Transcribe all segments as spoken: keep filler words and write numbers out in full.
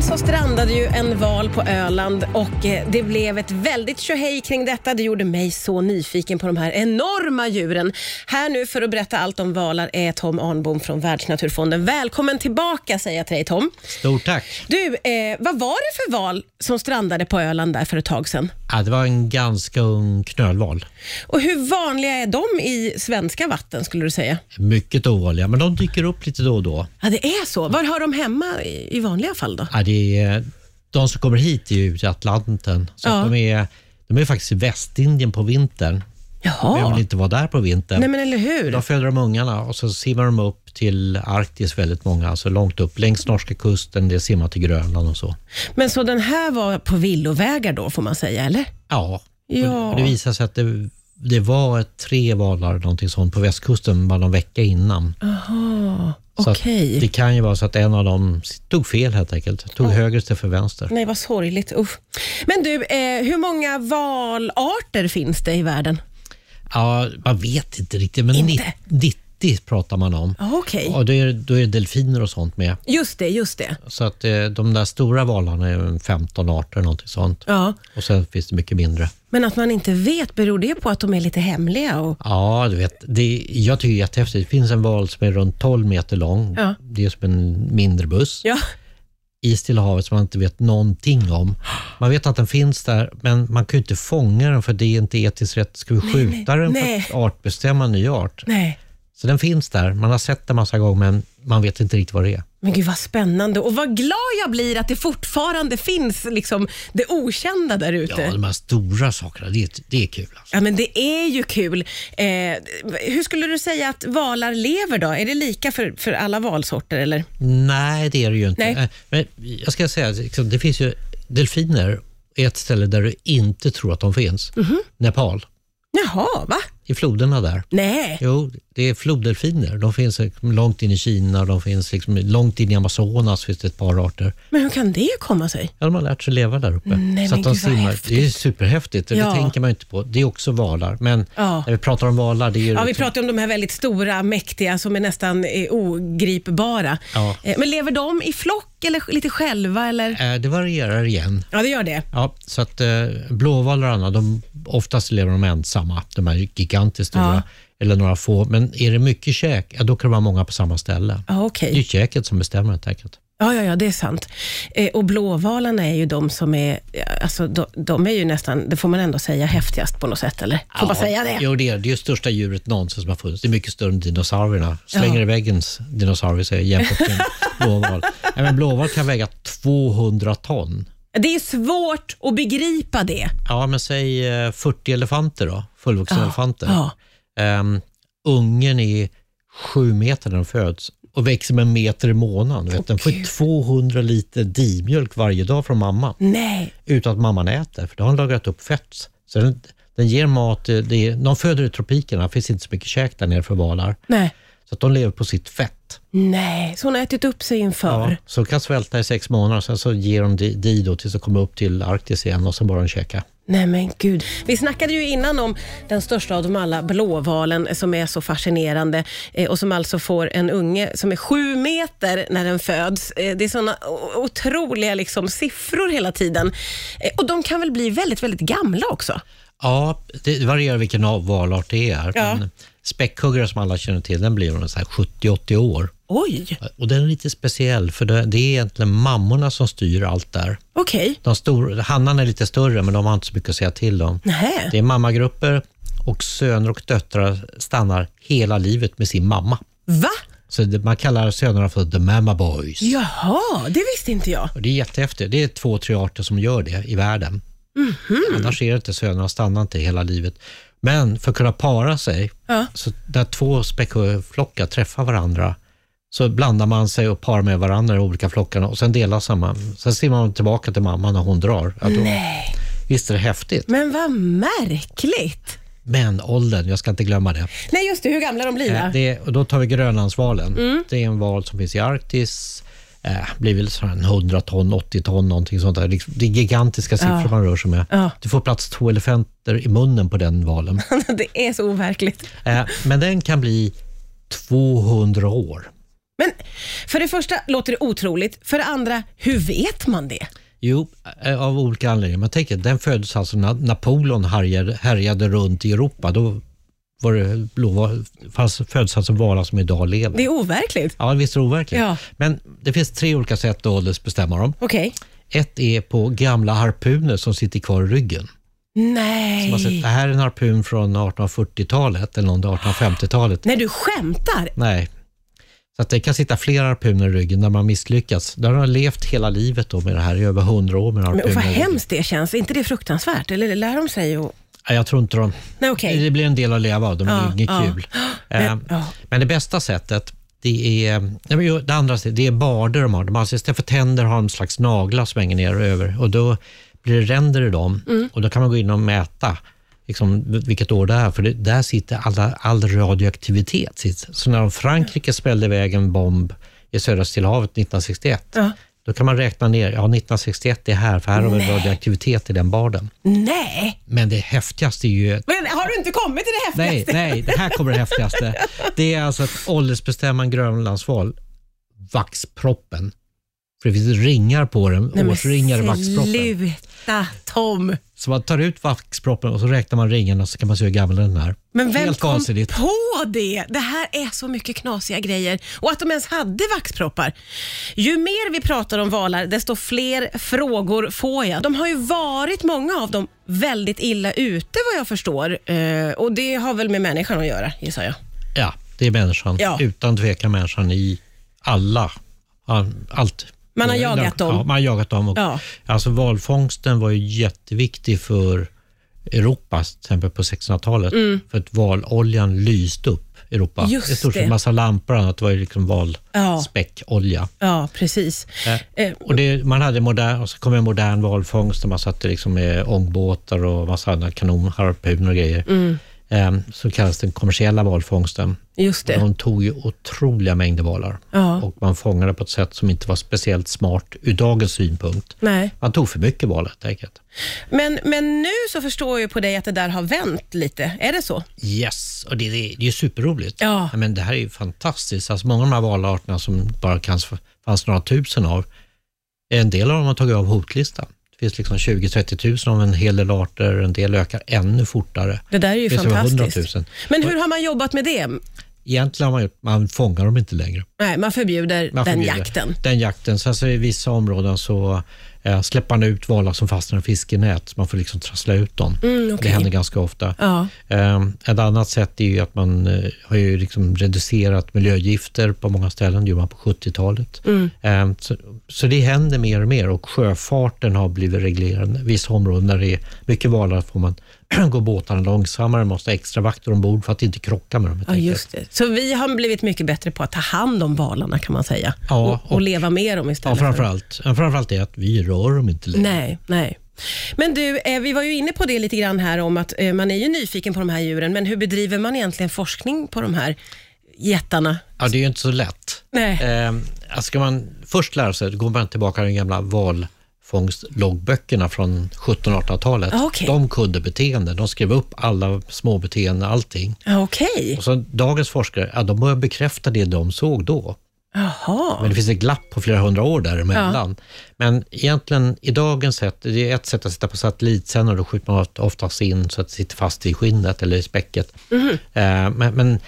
så strandade ju en val på Öland och det blev ett väldigt tjohej kring detta. Det gjorde mig så nyfiken på de här enorma djuren. Här nu för att berätta allt om valar är Tom Arnbom från Världsnaturfonden. Välkommen tillbaka, säger jag till dig, Tom. Stort tack. Du, eh, vad var det för val som strandade på Öland där för ett tag sedan? Ja, det var en ganska ung knölval. Och hur vanliga är de i svenska vatten, skulle du säga? Mycket ovanliga, men de dyker upp lite då och då. Ja, det är så. Var har de hemma i, i vanliga fall då? Ja, det är, de som kommer hit är ju ute i Atlanten. Så Ja. de, är, de är faktiskt i Västindien på vintern. Jaha. De vill inte vara där på vintern. Nej, men eller hur? Då föder de ungarna och så simmar de upp till Arktis väldigt många. Alltså långt upp, längs norska kusten, det simmar till Grönland och så. Men så den här var på villovägar då, får man säga, eller? Ja, Ja. och det visar sig att det, det var ett, tre valar någonting sånt på västkusten bara någon vecka innan. Jaha, Så att okej. det kan ju vara så att en av dem tog fel helt enkelt. Tog Ja. höger istället för vänster. Nej, vad sorgligt. Uff. Men du, eh, hur många valarter finns det i världen? Ja, man vet inte riktigt. Men Inte? nittio pratar man om. Ah, okej. Och då är, då är det delfiner och sånt med. Just det, just det. Så att eh, de där stora valarna är femton arter, någonting sånt. Ja, Och sen finns det mycket mindre. men att man inte vet, beror det på att de är lite hemliga? Och... Ja, du vet. Det, jag tycker det är jättehäftigt. Det finns en val som är runt tolv meter lång. Ja. Det är som en mindre buss. Ja. I Stilla havet som man inte vet någonting om. Man vet att den finns där, men man kan ju inte fånga den för det är inte etiskt rätt. Ska vi skjuta nej, den nej. för att artbestämma en ny art? Nej. Så den finns där. Man har sett den massa gånger, men man vet inte riktigt vad det är. Men gud, vad spännande. Och vad glad jag blir att det fortfarande finns liksom det okända där ute. Ja, de här stora sakerna, det är, det är kul. Alltså. Ja, men det är ju kul. Eh, hur skulle du säga att valar lever då? Är det lika för, för alla valsorter, eller? Nej, det är det ju inte. Nej. Eh, Men jag ska säga, liksom, det finns ju delfiner är ett ställe där du inte tror att de finns. Mhm. Nepal, Jaha, va? i floderna där. Nej. Jo, det är floddelfiner. De finns liksom långt in i Kina, de finns liksom långt in i Amazonas, finns det ett par arter. Men hur kan det komma sig? Ja, de har lärt sig leva där uppe. Nej, så men att de gud, vad simmar. häftigt. Det är superhäftigt och Ja. det tänker man ju inte på. Det är också valar. Men Ja. när vi pratar om valar, det är ju... Ja, vi liksom- pratar om de här väldigt stora, mäktiga som är nästan eh, ogripbara. Ja. Eh, men lever de i flock eller lite själva? Eller? Eh, Det varierar igen. Ja, det gör det. Ja, så att eh, blåvalar och andra, de, oftast lever de ensamma. De är gigantiskt stora. Ja. Eller några få. Men är det mycket käk, ja, då kan det vara många på samma ställe. Ja, okej. Det är ju käket som bestämmer helt enkelt. Ja, ja, ja, det är sant. Eh, och blåvalarna är ju de som är, alltså de, de är ju nästan, det får man ändå säga, häftigast på något sätt, eller? Får man säga det? Jo, det är det är ju största djuret någonsin som har funnits. Det är mycket större än dinosaurierna. Slänger Ja. i väggen dinosaurier säger jämfört med en blåval. Ja, men blåval kan väga tvåhundra ton. Det är svårt att begripa det. Ja, men säg eh, fyrtio elefanter då. Fullvuxna Ja. elefanter. Ja. Um, ungen är sju meter när den föds och växer med en meter i månaden. Du vet, Åh, den får Gud. tvåhundra liter dimjölk varje dag från mamma. Nej. Utan att mamman äter, för då har hon lagrat upp fett. Så den, den ger mat, det är, de föder i tropikerna, det finns inte så mycket käk där nere för valar. Nej. Så att de lever på sitt fett. Nej, så hon har ätit upp sig inför. Ja, så de kan svälta i sex månader, sen så ger de di, di då tills de kommer upp till Arktis igen och så bara de käka. Nej, men gud. Vi snackade ju innan om den största av dem alla, blåvalen, som är så fascinerande eh, och som alltså får en unge som är sju meter när den föds. Eh, det är såna o- otroliga liksom, siffror hela tiden. Eh, och de kan väl bli väldigt, väldigt gamla också? Ja, det varierar vilken av valart det är. Ja. Men späckhuggare som alla känner till, den blir nog så här sjuttio till åttio år. Oj, Och den är lite speciell för det, det är egentligen mammorna som styr allt där. okej. De stor, hannarna är lite större men de har inte så mycket att säga till om. Nähä. Det är mammagrupper och söner och döttrar stannar hela livet med sin mamma. Va? Så det, man kallar sönerna för the mama boys. Jaha, det visste inte jag. Och det är jättehäftigt. Det är två, tre arter som gör det i världen. Mm-hmm. Annars är det inte sönerna stannar inte hela livet. Men för att kunna para sig, Ja. så där två späckflockar träffar varandra, så blandar man sig och parar med varandra i olika flockarna och sen delas man. Sen ser man tillbaka till mamman när hon drar. Ja, då, Nej, visst är det häftigt. men vad märkligt. Men åldern, jag ska inte glömma det. Nej, just det, hur gamla de blir. Eh, va? det och då tar vi grönlandsvalen. Det är en val som finns i Arktis. Eh, blir väl så här hundra ton, åttio ton, någonting sånt där. Det är gigantiska siffror Ja. man rör sig med. Ja. Du får plats två elefanter i munnen på den valen. Det är så overkligt. Eh, men den kan bli tvåhundra år. Men för det första låter det otroligt. För det andra, hur vet man det? Jo, av olika anledningar. Man tänker, den föddes alltså när Napoleon härjade, härjade runt i Europa. Då var det blå, fanns föds alltså valar som idag lever. Det är overkligt. Ja, visst är det overkligt. Ja. Men det finns tre olika sätt att åldersbestämma dem. Okej. Ett är på gamla harpuner som sitter kvar i ryggen. Nej. Så man säger, det här är en harpun från artonhundrafyrtiotalet eller artonhundrafemtiotalet. Nej, du skämtar. Nej. Så att det kan sitta flera harpuner i ryggen när man misslyckats. Där har levt hela livet då med det här i över hundra år med harpuner. Men vad hemskt det känns. Är inte det fruktansvärt? Eller lär de sig? Och... Nej, jag tror inte de... Nej, okay. Det blir en del att leva av. De är ja, inget ja. kul. Men, ja. Men det bästa sättet, det är... Det andra sättet, det är barder de har. De har alltså istället för tänder har de en slags naglar som hänger ner över. Och då blir det ränder i dem. Mm. Och då kan man gå in och mäta liksom, vilket år det är. För det, där sitter alla, all radioaktivitet. Sitter. Så när Frankrike smällde iväg en bomb i södra Stillehavet nittonhundrasextioett, ja. Då kan man räkna ner, ja nittonhundrasextioett är här, för här har vi radioaktivitet i den barden. Nej! Men det häftigaste är ju... Men har du inte kommit till det häftigaste? Nej, nej, det här kommer det häftigaste. Det är alltså ett åldersbestämmande grönlandsval, vaxproppen. För det finns ringar på den, nej, årsringar i vaxproppen. Sluta, Tom! Så man tar ut vaxproppen och så räknar man ringarna och så kan man se hur gammal den är. Men vem Helt kom vansinnigt. på det? Det här är så mycket knasiga grejer. Och att de ens hade vaxproppar. Ju mer vi pratar om valar, desto fler frågor får jag. De har ju varit, många av dem, väldigt illa ute vad jag förstår. Eh, och det har väl med människan att göra, gissar jag. Ja, det är människan. Ja. Utan tvekan människan i alla, allt. Man har jagat dem. Ja, man har jagat dem. Och, ja. Alltså valfångsten var ju jätteviktig för Europa, till exempel på sextonhundratalet. Mm. För att valoljan lyste upp Europa. Just det stod det. En massa lampor och annat. Det var ju liksom valspäckolja. Ja. ja, precis. Eh, och det, man hade modern, och så kom en modern valfångst där man satte liksom med ångbåtar och massa andra kanonharpuner och grejer. Mm. Eh, så kallas den kommersiella valfångsten. Just det. Och de tog ju otroliga mängder valar. Ja. Och man fångade på ett sätt som inte var speciellt smart ur dagens synpunkt. Nej. Man tog för mycket valar, helt enkelt. Men, men nu så förstår jag på dig att det där har vänt lite. Är det så? Yes, och det, det, det är superroligt. Ja. Men det här är ju fantastiskt. Alltså många av de här valarterna som bara kanske fanns några tusen av, en del av dem har tagit av hotlistan. Det finns liksom tjugo till trettio tusen av en hel del arter, en del ökar ännu fortare. Det där är ju det fantastiskt. Men hur har man jobbat med det? Egentligen har man gjort, man fångar dem inte längre. Nej, man förbjuder man den förbjuder jakten. Den jakten. Sen så i vissa områden så eh, släpper man ut valar som fastnar i fiskenät. Så man får liksom trassla ut dem. Mm, okay. Det händer ganska ofta. Ja. Eh, ett annat sätt är ju att man eh, har ju liksom reducerat miljögifter på många ställen. Det gjorde man på sjuttiotalet. Mm. Eh, så, så det händer mer och mer. Och sjöfarten har blivit reglerad. Vissa områden där det är mycket valar får man gå båtarna långsammare, måste ha extra vakter ombord för att inte krocka med dem. Ja, just det. Så vi har blivit mycket bättre på att ta hand om valarna, kan man säga. Ja, och, och, och leva med dem istället. Ja, framförallt. För... framförallt är att vi rör dem inte längre. Nej, nej. Men du, eh, vi var ju inne på det lite grann här om att eh, man är ju nyfiken på de här djuren, men hur bedriver man egentligen forskning på de här jättarna? Ja, det är ju inte så lätt. Nej. Eh, alltså ska man först lära sig, går man tillbaka till den gamla val fångstloggböckerna från sjuttonhundratalet. Okay. De kunde beteende. De skrev upp alla små beteenden, allting. Okay. Och så dagens forskare, ja, de börjar bekräfta det de såg då. Aha. Men det finns ett glapp på flera hundra år däremellan. Ja. Men egentligen i dagens sätt, det är ett sätt att sitta på satellitsändare och då skjuter man oftast in så att det sitter fast i skinnet eller i späcket. Mm. Eh, men, men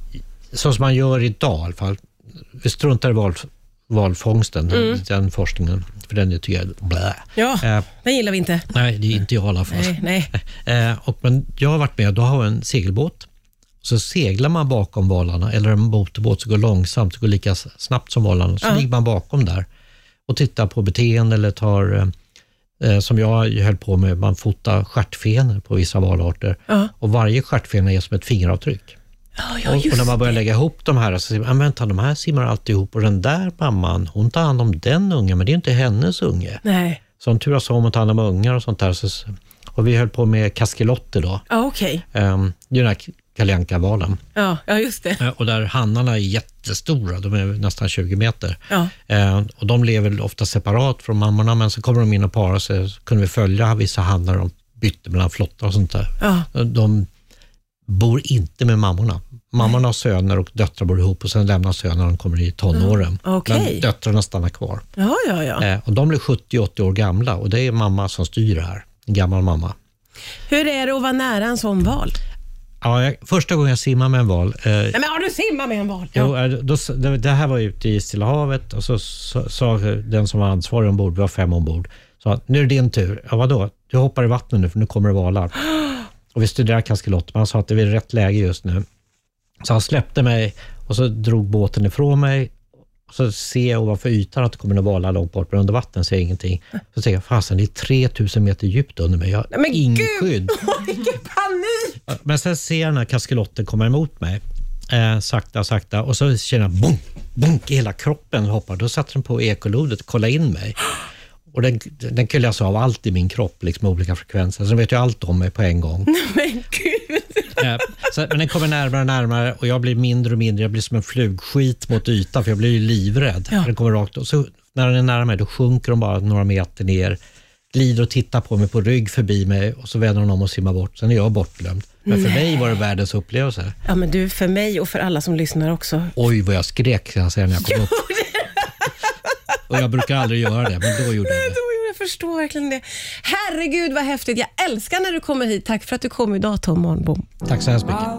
så som man gör idag i alla fall, vi struntar i val, valfångsten, mm. den forskningen. För den är tycker jag blä. Ja, eh, den gillar vi inte. Nej, det är inte jag i alla fall. Nej, nej. Eh, och, men jag har varit med, då har jag en segelbåt. Så seglar man bakom valarna, eller en motorbåt som går långsamt, så går lika snabbt som valarna. Så uh. ligger man bakom där och tittar på beteende eller tar, eh, som jag höll på med, man fotar stjärtfenor på vissa valarter. Uh. Och varje stjärtfena är som ett fingeravtryck. Oh, ja, och, och när man börjar lägga ihop de här så säger man, vänta, de här simmar alltid ihop och den där mamman, hon tar hand om den ungen, men det är inte hennes unge. Nej. Så hon turas om att ta hand om ungar och sånt där. Så, och vi höll på med kaskelotter då. Ja, oh, okej. Okay. Um, det är den här Kalle-Anka-valen. Ja, ja, just det. Uh, och där hannarna är jättestora, de är nästan tjugo meter. Ja. Uh, och de lever ofta separat från mammorna, men så kommer de in och parar sig. Så kunde vi följa vissa hannar, de bytte mellan flottar och sånt där. Ja. De bor inte med mammorna. Mammorna har söner och döttrar bor ihop och sen lämnar söner när de kommer i tonåren. Mm, okay. Men döttrarna stannar kvar. Ja, ja, ja. Eh, och de blir sjuttio åttio år gamla och det är mamma som styr det här. En gammal mamma. Hur är det att vara nära en sån val? Ja, jag, första gången jag simmade med en val. Eh, Nej, men har du simmat med en val? Ja. Jo, då, det, det här var ute i Stilla havet och så sa den som var ansvarig ombord, vi var fem ombord, sa nu är det din tur. Ja, vadå? Du hoppar i vattnet nu för nu kommer det valar. Och vi studerar kaskelot. Man sa att det var rätt läge just nu. Så han släppte mig och så drog båten ifrån mig. Och så ser jag ovanför ytan att det kommer att valar långt bort, men under vatten ser jag ingenting. Så tänker jag, fasen, det är tre tusen meter djupt under mig. Jag har men ingen Gud, skydd. Vilken panik! Men sen ser jag när kaskelotten kommer emot mig. Eh, sakta, sakta. Och så känner jag bunk, bunk i hela kroppen hoppar. Då satte den på ekolodet och kollade in mig. Och den, den kunde alltså av allt i min kropp, liksom olika frekvenser. Så den vet ju allt om mig på en gång. Men Gud! Eh, så, men den kommer närmare och närmare och jag blir mindre och mindre. Jag blir som en flugskit mot ytan för jag blir ju livrädd. Ja. Den kommer rakt. Och så när den är nära mig då sjunker de bara några meter ner. Glider och tittar på mig på rygg förbi mig och så vänder hon om och simmar bort. Sen är jag bortglömd. Men för Nej. mig var det världens upplevelse. Ja, men du, för mig och för alla som lyssnar också. Oj, vad jag skrek kan jag säga när jag kom upp. Och jag brukar aldrig göra det, men då gjorde jag det. Jag förstår verkligen det. Herregud vad häftigt. Jag älskar när du kommer hit. Tack för att du kom idag, Tom Arnbom. Tack så hemskt mycket.